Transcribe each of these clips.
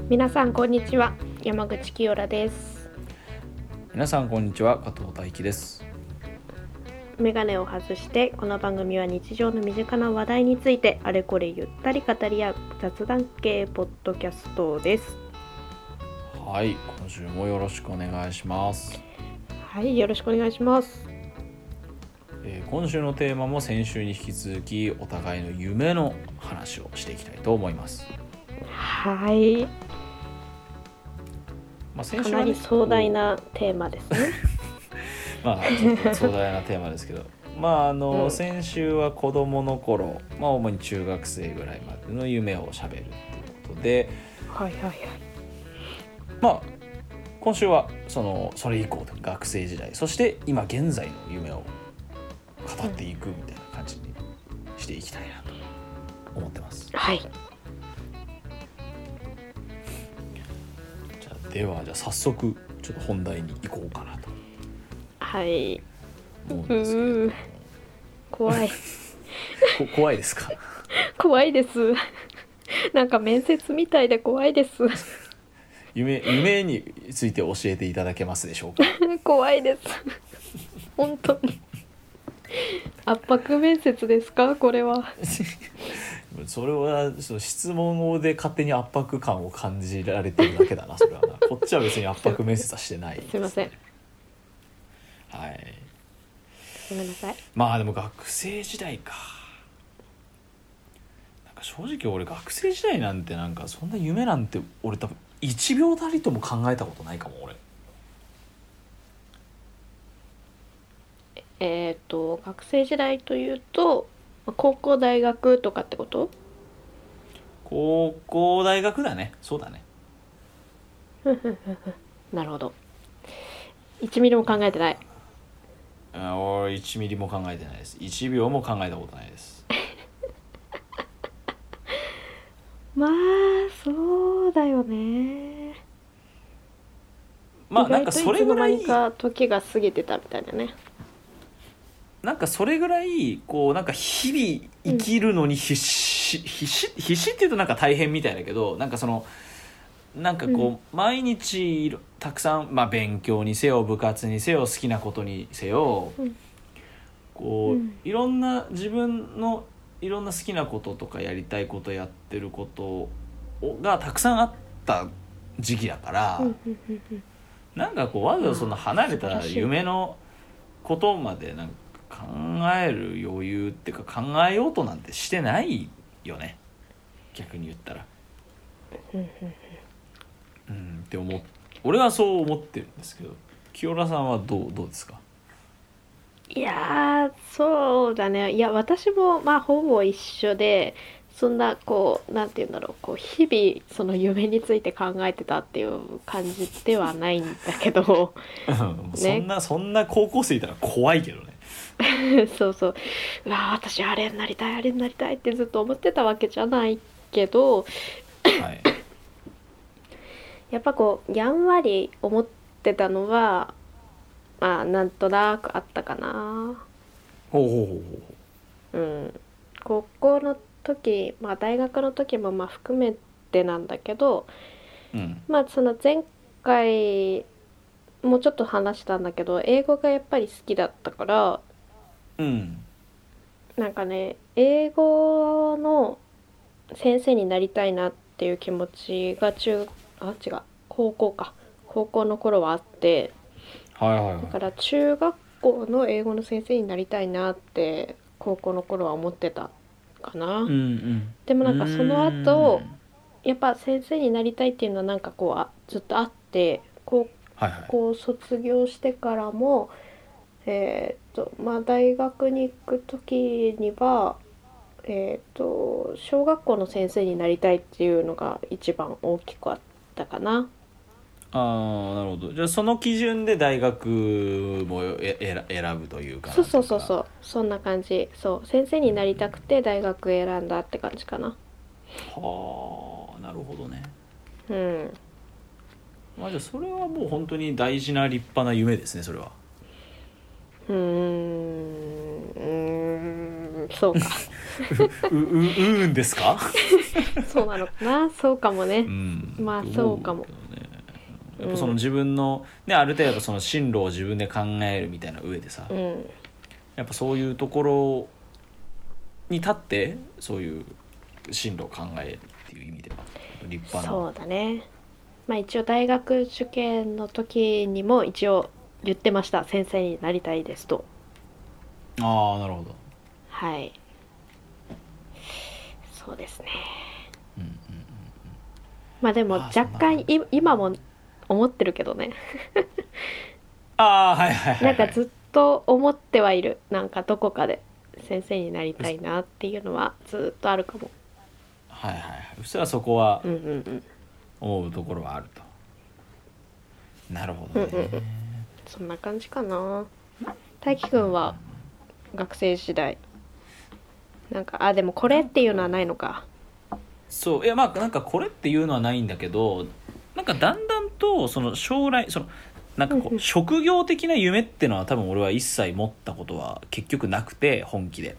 皆さんこんにちは、山口清良です。 皆さんこんにちは、加藤大輝です。 メガネを外して、この番組は日常の身近な話題についてあれこれゆったり語り合う雑談系ポッドキャストです。 はい、今週もよろしくお願いします。 はい、よろしくお願いします。 今週のテーマも先週に引き続きお互いの夢の話をしていきたいと思います。 はい、 先週はね、 かなり壮大なテーマですね。 ちょっと壮大なテーマですけど先週は子供の頃、主に中学生ぐらいまでの夢をしゃべるっていうことで、 はいはいはい。 今週はそれ以降学生時代、そして今現在の夢を語っていくみたいな感じにしていきたいなと思ってます。 はい。 では早速ちょっと本題に行こうかなとはい思うんですけど。 怖い怖いですか？ 怖いです。なんか面接みたいで怖いです。 夢について教えていただけますでしょうか？ 怖いです本当に。圧迫面接ですか、これは。 それは質問で勝手に圧迫感を感じられてるだけだな、それはな。こっちは別に圧迫面接はしてないです、 すいません。 はい。 ごめんなさい。 でも学生時代か。正直俺学生時代なんてそんな夢なんて俺多分1秒たりとも考えたことないかも俺。 学生時代というと高校大学とかってこと？ 高校大学だね。そうだね。 なるほど。1ミリも考えてない。 俺1ミリも考えてないです。1秒も考えたことないです。 まあそうだよね。 それぐらい意外といつの間にか時が過ぎてたみたいなね。 それぐらい日々生きるのに必死っていうと大変みたいだけど、毎日たくさん、勉強にせよ部活にせよ好きなことにせよ、いろんな自分のいろんな好きなこととかやりたいことやってることがたくさんあった時期だから、わざわざその離れた夢のことまで考える余裕っていうか考えようとなんてしてないよね、逆に言ったら。って俺はそう思ってるんですけど、清良さんはどうですか？ いやそうだね。いや私もほぼ一緒で、そんななんて言うんだろう、日々その夢について考えてたっていう感じではないんだけどね、そんな高校生いたら怖いけどね。 そうそう、私あれになりたいあれになりたいってずっと思ってたわけじゃないけど、 はい、 やっぱやんわり思ってたのはなんとなくあったかな。高校の時、大学の時も含めてなんだけど、その前回もうちょっと話したんだけど、英語がやっぱり好きだったから、英語の先生になりたいなっていう気持ちが高校の頃はあって、だから中学校の英語の先生になりたいなって高校の頃は思ってたかな。でもその後やっぱ先生になりたいっていうのはずっとあって、高校卒業してからも、大学に行く時には小学校の先生になりたいっていうのが一番大きくあったかな。 なるほど。じゃあその基準で大学も選ぶというか。 そうそんな感じ。そう、先生になりたくて大学選んだって感じかな。 はあ、なるほどね。 じゃあそれはもう本当に大事な立派な夢ですね、それは。 そうかんですかそうなのかな、そうかもね、まあそうかも、 やっぱその自分の、ね、ある程度その進路を自分で考えるみたいな上でさ、やっぱそういうところに立ってそういう進路を考えるっていう意味では立派な。 そうだね。まあ一応大学受験の時にも一応言ってました。先生になりたいですと。 ああ、なるほど。 はい、そうですね。まあでも若干今も思ってるけどねああ、はいはいはい、 なんかずっと思ってはいる。なんかどこかで先生になりたいなっていうのはずっとあるかも。 はいはいはい。うっすらそこは思うところはあると。なるほどね、 そんな感じかな。大輝くんは学生時代なんかでもこれっていうのはないのか。 そう、いやまあなんかこれっていうのはないんだけど、なんかだんだんとその将来そのなんかこう職業的な夢っていうのは多分俺は一切持ったことは結局なくて、本気で。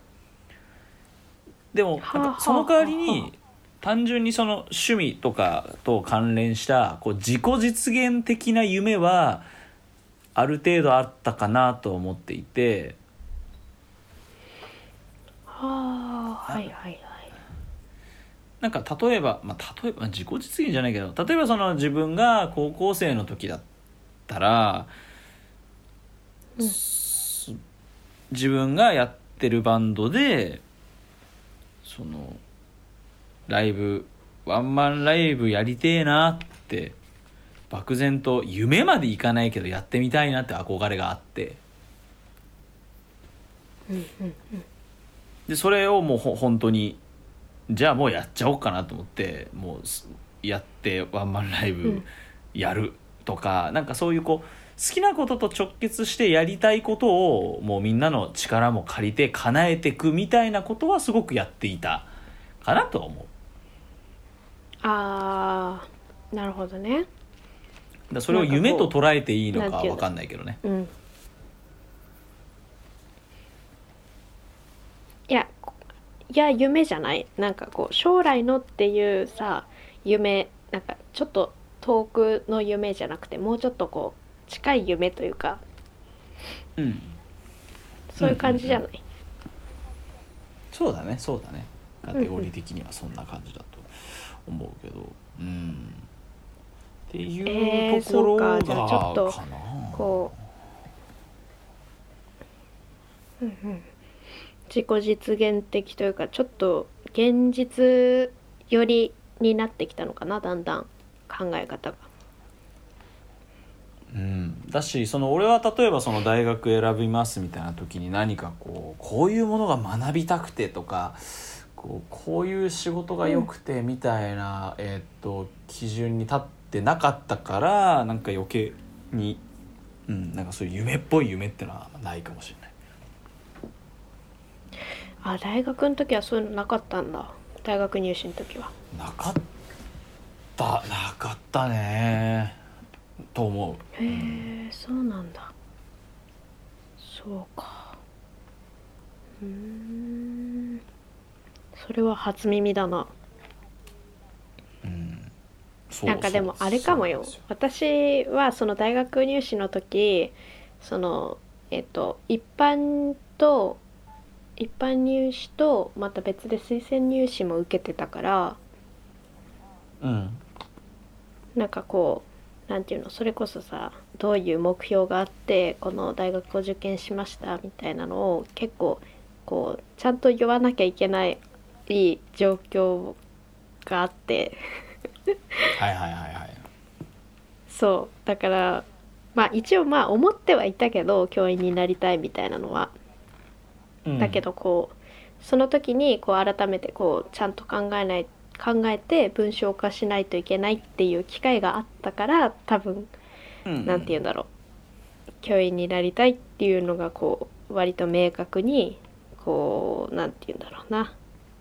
でもなんかその代わりに単純にその趣味とかと関連したこう自己実現的な夢はある程度あったかなと思っていて、 はいはいはい。 なんか例えば自己実現じゃないけど、例えばその自分が高校生の時だったら、自分がやってるバンドでそのワンマンライブやりてえなって漠然と夢までいかないけどやってみたいなって憧れがあって、でそれをもう本当にじゃあもうやっちゃおうかなと思ってもうやってワンマンライブやるとか、なんかそういうこう好きなことと直結してやりたいことをもうみんなの力も借りて叶えていくみたいなことはすごくやっていたかなと思う。 なるほどね。 だそれを夢と捉えていいのかは分かんないけどね。 いや夢じゃない。なんかこう将来のっていうさ夢、なんかちょっと遠くの夢じゃなくてもうちょっとこう近い夢というか、そういう感じじゃない、 そうだねカテゴリー的にはそんな感じだと思うけど、っていうところがじゃあちょっとこう自己実現的というかちょっと現実寄りになってきたのかな、だんだん考え方が。 だしその俺は例えばその大学選びますみたいな時に何かこういうものが学びたくてとかこういう仕事が良くてみたいな、基準に立ってなかったからなんか余計に、なんかそういう夢っぽい夢ってのはないかもしれない。 大学の時はそういうのなかったんだ。大学入試の時はなかったねと思う。 へえ、そうなんだ。そうか。それは初耳だな。なんかでもあれかもよ。私はその大学入試の時その一般入試とまた別で推薦入試も受けてたから、なんかこうなんていうの、それこそさどういう目標があってこの大学を受験しましたみたいなのを結構こうちゃんと言わなきゃいけない状況があってそうだからまあ一応まあ思ってはいたけど教員になりたいみたいなのは、だけどこうその時にこう改めてこうちゃんと考えて文章化しないといけないっていう機会があったから多分、なんて言うんだろう、教員になりたいっていうのがこう割と明確にこうなんて言うんだろうな、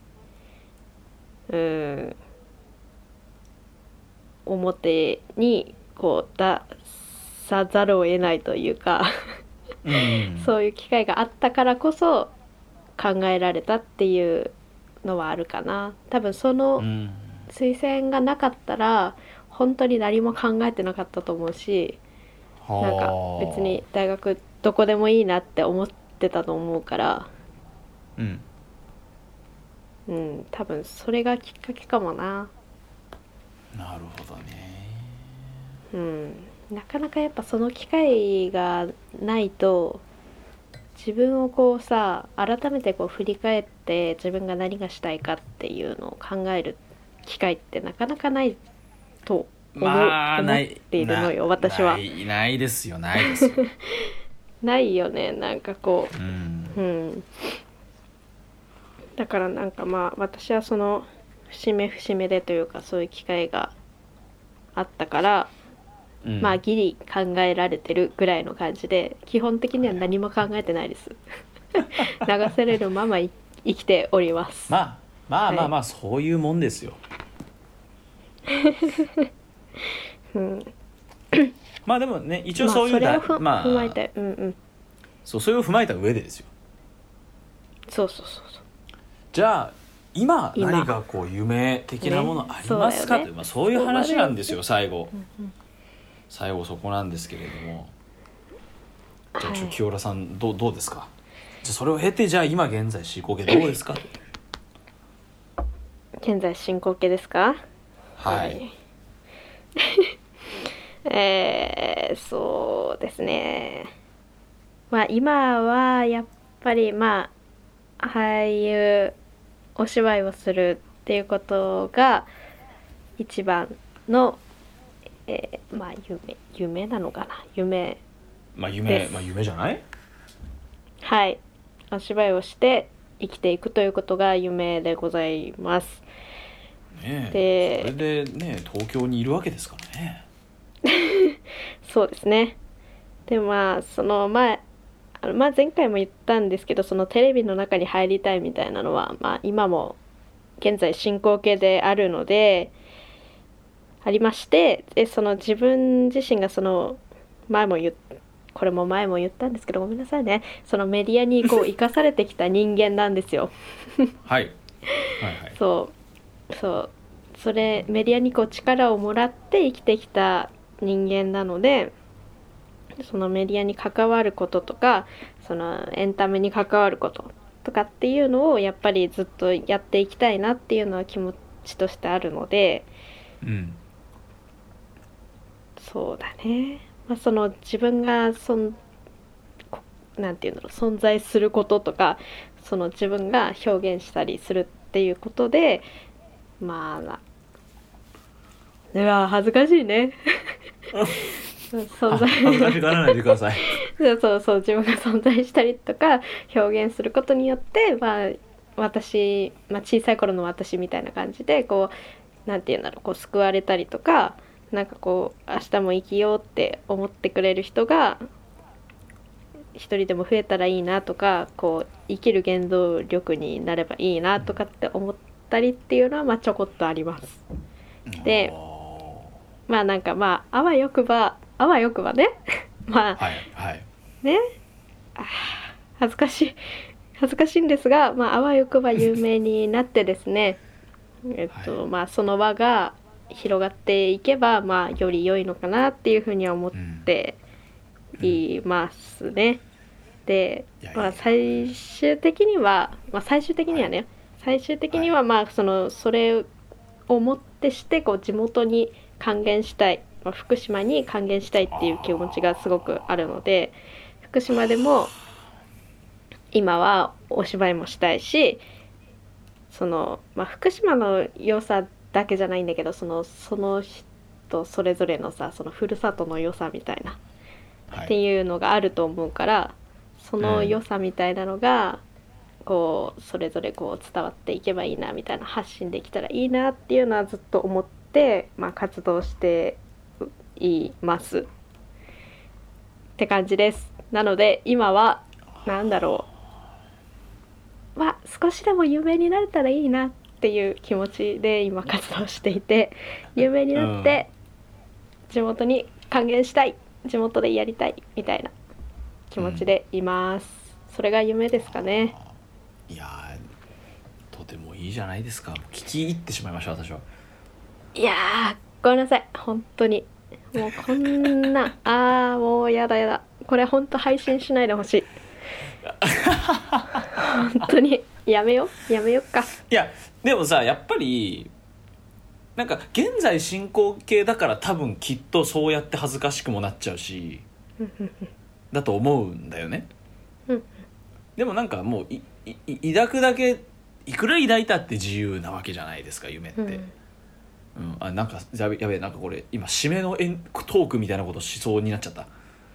表にこう出さざるを得ないというかそういう機会があったからこそ考えられたっていうのはあるかな。多分その推薦がなかったら本当に何も考えてなかったと思うし、なんか別に大学どこでもいいなって思ってたと思うから、多分それがきっかけかもな。 なるほどね。 なかなかやっぱその機会がないと、自分をこうさ改めてこう振り返って自分が何がしたいかっていうのを考える機会ってなかなかないと思っているのよ、私は。 ないですよないよね、なんかこう、だからなんかまあ私はその節目節目でというかそういう機会があったから、まあギリ考えられてるぐらいの感じで、基本的には何も考えてないです流せれるまま生きております。 まあ、そういうもんですよまあでもね、一応そういうそれを踏まえて、 それを踏まえた上でですよ。 そうじゃあ今何かこう夢的なものありますか、という、そういう話なんですよ、最後そこなんですけれども。じゃあ清原さんどうですか。じゃあそれを経て、じゃあ今現在進行形どうですか現在進行形ですか。 はいそうですね、まあ今はやっぱりまあ俳優お芝居をするっていうことが一番の、まあ夢なのかな、夢じゃない。 はい、お芝居をして生きていくということが夢でございます。 でそれでね東京にいるわけですからねそうですね。でまあその前回も言ったんですけど、そのテレビの中に入りたいみたいなのは、まあ今も現在進行形であるのでありまして、でその自分自身がそのこれも前も言ったんですけど、ごめんなさいね、そのメディアにこう生かされてきた人間なんですよはいそれメディアにこう力をもらって生きてきた人間なので、そのメディアに関わることとかそのエンタメに関わることとかっていうのをやっぱりずっとやっていきたいなっていうのは気持ちとしてあるので、そうだね、その自分がなんていうんだろう、存在することとかその自分が表現したりするっていうことで、まあうわ恥ずかしいね恥ずかしがらないでくださいそう自分が存在したりとか表現することによって、私、小さい頃の私みたいな感じでこうなんていうんだろう、こう救われたりとか、なんかこう明日も生きようって思ってくれる人が一人でも増えたらいいなとか、こう生きる原動力になればいいなとかって思ったりっていうのはちょこっとあります。でなんかあわよくばねね、恥ずかしいんですが、あわよくば有名になってですねその輪が広がっていけばより良いのかなっていうふうには思っていますね。で、最終的にはそれをもってしてこう地元に還元したい、福島に還元したいっていう気持ちがすごくあるので、福島でも今はお芝居もしたいし、福島の良さだけじゃないんだけど、その人それぞれのそのふるさとの良さみたいな、っていうのがあると思うから、その良さみたいなのがこうそれぞれこう伝わっていけばいいなみたいな、発信できたらいいなっていうのはずっと思って、活動していますって感じです。なので今は少しでも有名になれたらいいなっていう気持ちで今活動していて、有名になって地元に還元したい、地元でやりたいみたいな気持ちでいます。それが夢ですかね。 いやとてもいいじゃないですか。聞き入ってしまいました私は。 いやごめんなさい本当にもうこんなもうやだこれ本当配信しないでほしい本当にやめよっか。 いやでもさやっぱりなんか現在進行形だから多分きっとそうやって恥ずかしくもなっちゃうしだと思うんだよね。でもなんかもう抱くだけいくら抱いたって自由なわけじゃないですか夢って、なんかやべえなんかこれ今締めのトークみたいなことしそうになっちゃった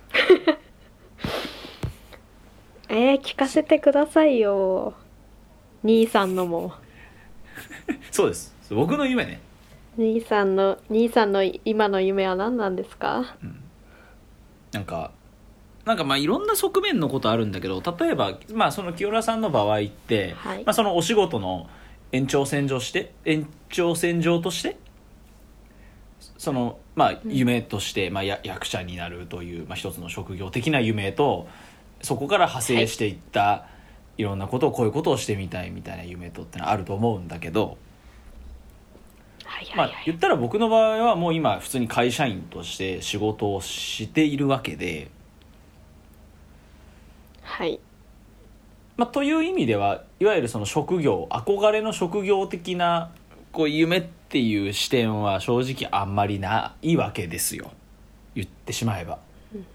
聞かせてくださいよ兄さんのもそうです僕の夢ね。 兄さんの今の夢は何なんですか？ なんかまあいろんな側面のことあるんだけど、例えばまあその清良さんの場合って、 はい、 まあ、そのお仕事の延長線上としてそのまあ夢として、まあ、役者になるという、まあ、一つの職業的な夢とそこから派生していった、はい、いろんなことをこういうことをしてみたいみたいな夢とってのはあると思うんだけど、まあ言ったら僕の場合はもう今普通に会社員として仕事をしているわけで、 はい、 まあ、という意味ではいわゆるその職業憧れの職業的なこう夢っていう視点は正直あんまりないわけですよ言ってしまえば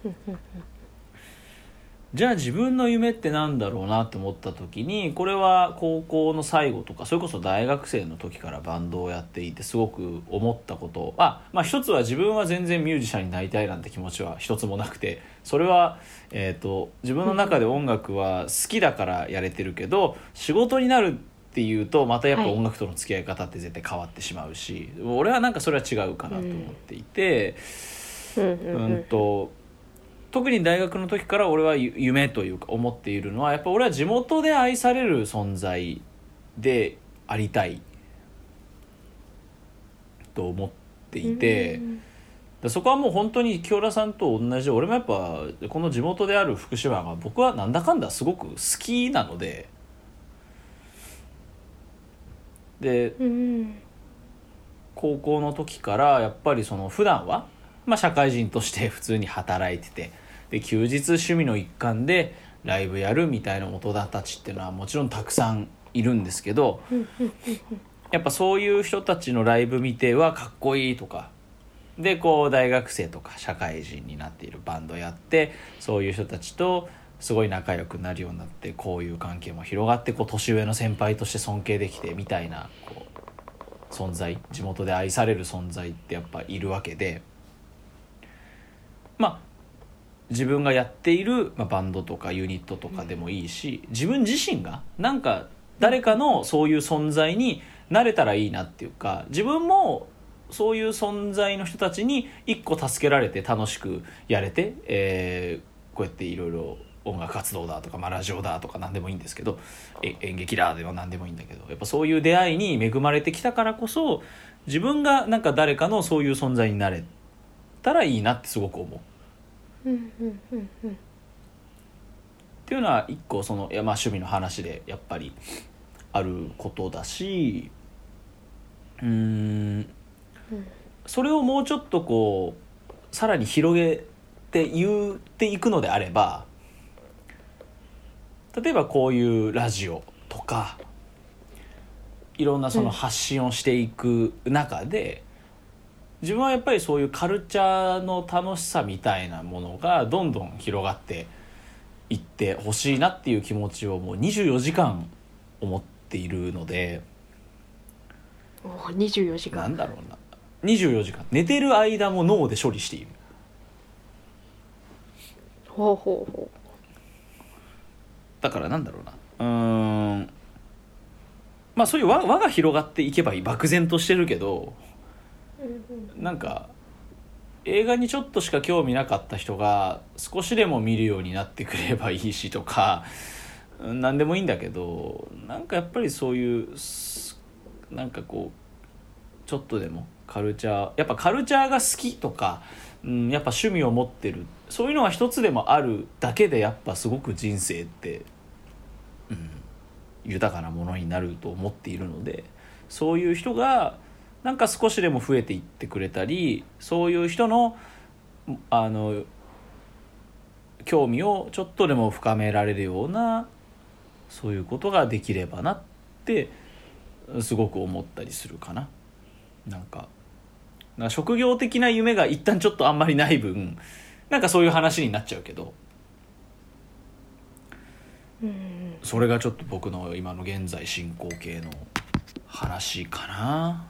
じゃあ自分の夢ってなんだろうなって思った時にこれは高校の最後とかそれこそ大学生の時からバンドをやっていてすごく思ったことまあ一つは自分は全然ミュージシャンになりたいなんて気持ちは一つもなくてそれは、自分の中で音楽は好きだからやれてるけど仕事になるっていうとまたやっぱ音楽との付き合い方って絶対変わってしまうし、俺はなんかそれは違うかなと思っていて、特に大学の時から俺は夢というか思っているのはやっぱ俺は地元で愛される存在でありたいと思っていて、そこはもう本当に清良さんと同じ。俺もやっぱこの地元である福島が僕はなんだかんだすごく好きなので高校の時からやっぱりその普段はまあ、社会人として普通に働いててで休日趣味の一環でライブやるみたいな大人たちっていうのはもちろんたくさんいるんですけどやっぱそういう人たちのライブ見てはかっこいいとかでこう大学生とか社会人になっているバンドやってそういう人たちとすごい仲良くなるようになってこういう関係も広がってこう年上の先輩として尊敬できてみたいなこう存在地元で愛される存在ってやっぱいるわけで。まあ自分がやっている、バンドとかユニットとかでもいいし自分自身がなんか誰かのそういう存在になれたらいいなっていうか自分もそういう存在の人たちに一個助けられて楽しくやれて、こうやっていろいろ音楽活動だとか、ラジオだとか何でもいいんですけど演劇だでは何でもいいんだけどやっぱそういう出会いに恵まれてきたからこそ自分がなんか誰かのそういう存在になれたらいいなってすごく思う。っていうのは一個その趣味の話でやっぱりあることだしそれをもうちょっとこうさらに広げて言っていくのであれば例えばこういうラジオとかいろんなその発信をしていく中で、自分はやっぱりそういうカルチャーの楽しさみたいなものがどんどん広がっていってほしいなっていう気持ちをもう24時間思っているので 24時間なんだろうな24時間寝てる間も脳で処理している。 ほうほうほう。 だからなんだろうなそういう輪が広がっていけばいい漠然としてるけどなんか映画にちょっとしか興味なかった人が少しでも見るようになってくればいいしとか何でもいいんだけどなんかやっぱりそういうなんかこうちょっとでもカルチャーが好きとか、やっぱ趣味を持ってるそういうのが一つでもあるだけでやっぱすごく人生って、 豊かなものになると思っているので、そういう人がなんか少しでも増えていってくれたり、そういう人の興味をちょっとでも深められるような、そういうことができればなってすごく思ったりするかな。なんか職業的な夢が一旦ちょっとあんまりない分、なんかそういう話になっちゃうけど、それがちょっと僕の今の現在進行形の話かな。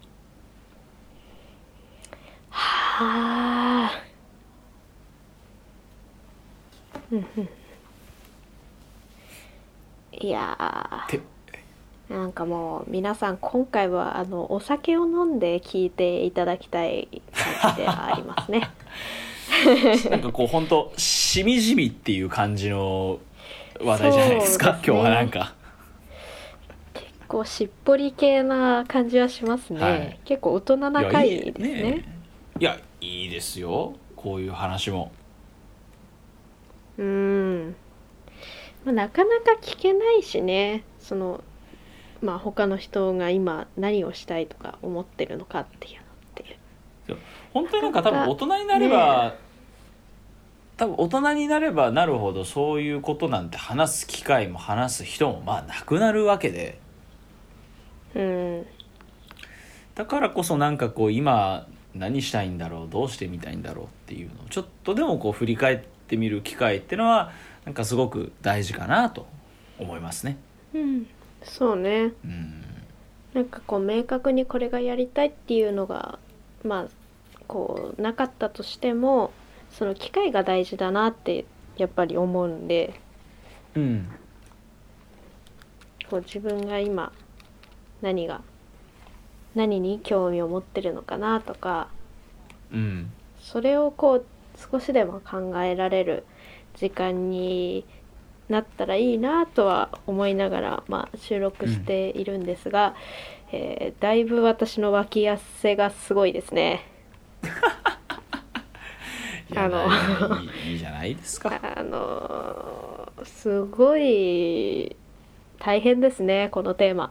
はあ。いやなんかもう皆さん今回はお酒を飲んで聞いていただきたい感じではありますね。 なんかこう本当しみじみっていう感じの話題じゃないですか、今日は。なんか結構しっぽり系な感じはしますね、はい、結構大人な回ですね。 いやいいですよ、こういう話も。 なかなか聞けないしね、他の人が今何をしたいとか思ってるのかっていうのって本当になんか多分大人になれば、多分大人になればなるほどそういうことなんて話す機会も話す人もまあなくなるわけで、だからこそなんかこう今何したいんだろう、どうしてみたいんだろうっていうのをちょっとでもこう振り返ってみる機会っていうのはなんかすごく大事かなと思いますね。 そうね、なんかこう明確にこれがやりたいっていうのがこうなかったとしても、その機会が大事だなってやっぱり思うんで、こう自分が今何に興味を持ってるのかなとか、それをこう少しでも考えられる時間になったらいいなとは思いながら、収録しているんですが、だいぶ私の脇汗がすごいですね。 いいじゃないですか。 すごい大変ですね、このテーマ。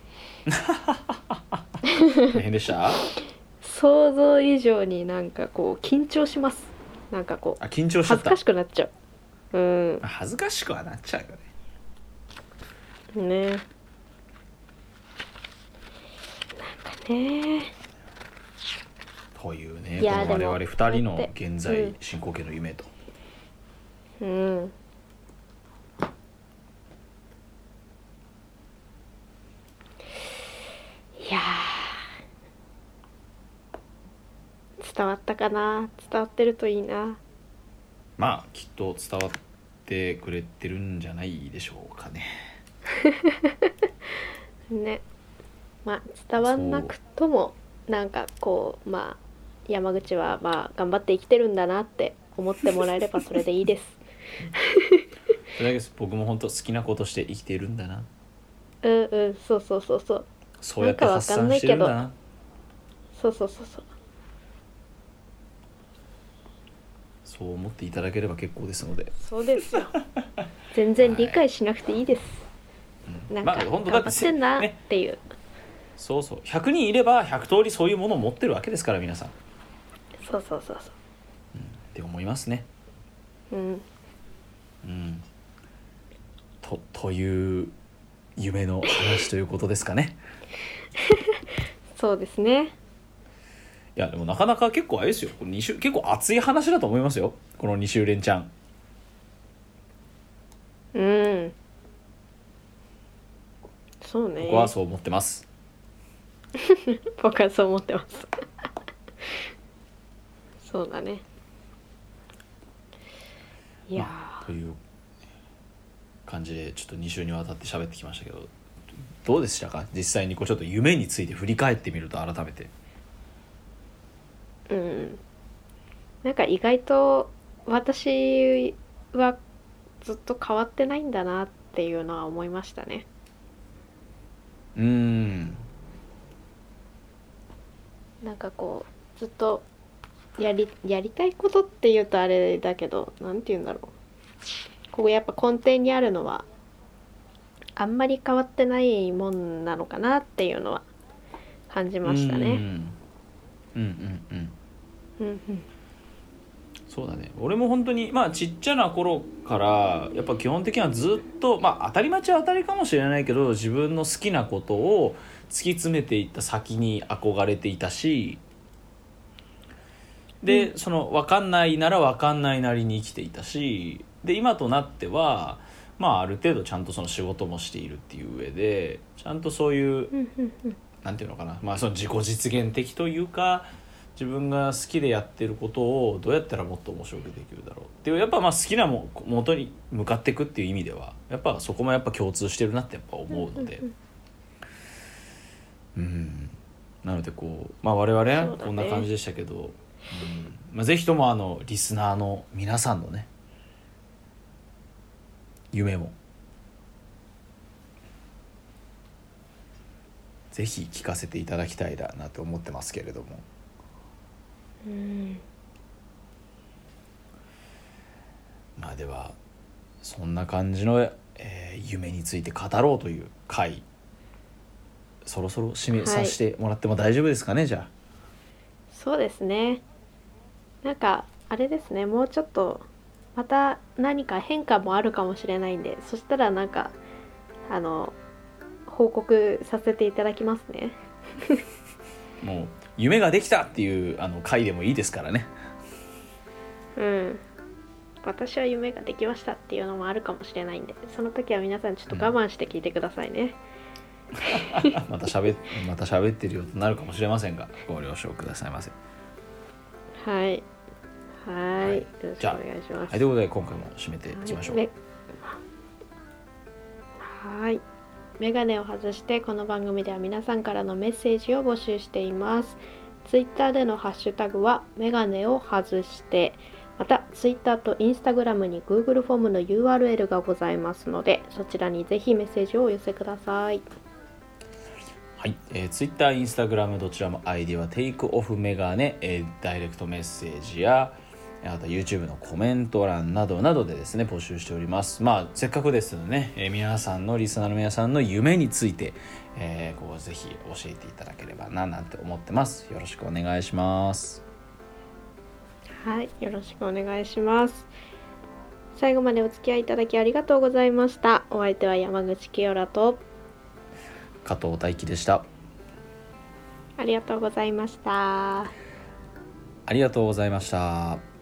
大変でした？ 想像以上になんかこう緊張します。なんかこう緊張しちゃった。 恥ずかしくなっちゃう。 恥ずかしくはなっちゃうよね。なんかね。 というね、この我々2人の現在進行形の夢と。 いや伝わったかな。伝わってるといいな。 きっと伝わってくれてるんじゃないでしょうかね。 ね。伝わんなくともなんかこう山口は頑張って生きてるんだなって思ってもらえればそれでいいです。 それだけです。僕も本当好きなことして生きてるんだな。 そうそうそうそう。 そうやって発散してるんだな。 そうそう思っていただければ結構ですので。 そうですよ。全然理解しなくていいです。なんか頑張ってんなっていう。 そう100人いれば100通りそういうものを持ってるわけですから皆さん。 そうって思いますね。という夢の話ということですかね。 そうですね。 いやでもなかなか結構あれですよ、2週結構熱い話だと思いますよ、この2週連チャン。 そうね。 僕はそう思ってます。 僕はそう思ってます。そうだね。いやという感じでちょっと2週にわたって喋ってきましたけど、どうでしたか実際にこうちょっと夢について振り返ってみると改めて。 なんか意外と私はずっと変わってないんだなっていうのは思いましたね。なんかこうずっとやりたいことっていうとあれだけど、なんて言うんだろう、ここやっぱ根底にあるのはあんまり変わってないもんなのかなっていうのは感じましたね。 そうだね。俺も本当にちっちゃな頃からやっぱ基本的にはずっと当たり前っちゃ当たりかもしれないけど、自分の好きなことを突き詰めていった先に憧れていたし、で、その分かんないなら分かんないなりに生きていたし、で今となってはある程度ちゃんとその仕事もしているっていう上で、ちゃんとそういうなんていうのかな、その自己実現的というか、自分が好きでやってることをどうやったらもっと面白くできるだろうっていう、やっぱ好きな元に向かっていくっていう意味ではやっぱそこもやっぱ共通してるなってやっぱ思うので、なのでこう我々はこんな感じでしたけど、ぜひともリスナーの皆さんのね夢もぜひ聞かせていただきたいなと思ってますけれども、ではそんな感じの、夢について語ろうという回、そろそろ締めさせてもらっても大丈夫ですかね。じゃあそうですね。なんかあれですね、もうちょっとまた何か変化もあるかもしれないんで、そしたらなんか報告させていただきますね。 もう夢ができたっていう回でもいいですからね。 私は夢ができましたっていうのもあるかもしれないんで、その時は皆さんちょっと我慢して聞いてくださいね。 また喋ってるよとなるかもしれませんが、ご了承くださいませ。 はい、よろしくお願いします。 ということで今回も締めていきましょう。 メガネを外してこの番組では皆さんからのメッセージを募集しています。ツイッターでのハッシュタグはメガネを外して、またツイッターとインスタグラムに Google フォームの URL がございますので、そちらにぜひメッセージをお寄せください。 ツイッター、インスタグラムどちらも ID はテイクオフメガネ、ダイレクトメッセージやあと YouTube のコメント欄などなどでですね募集しております。せっかくですのでね、皆さんのリスナーの皆さんの夢について、ぜひ教えていただければななんて思ってます。よろしくお願いします。 よろしくお願いします。最後までお付き合いいただきありがとうございました。お相手は山口清良と加藤大輝でした。 ありがとうございました。 ありがとうございました。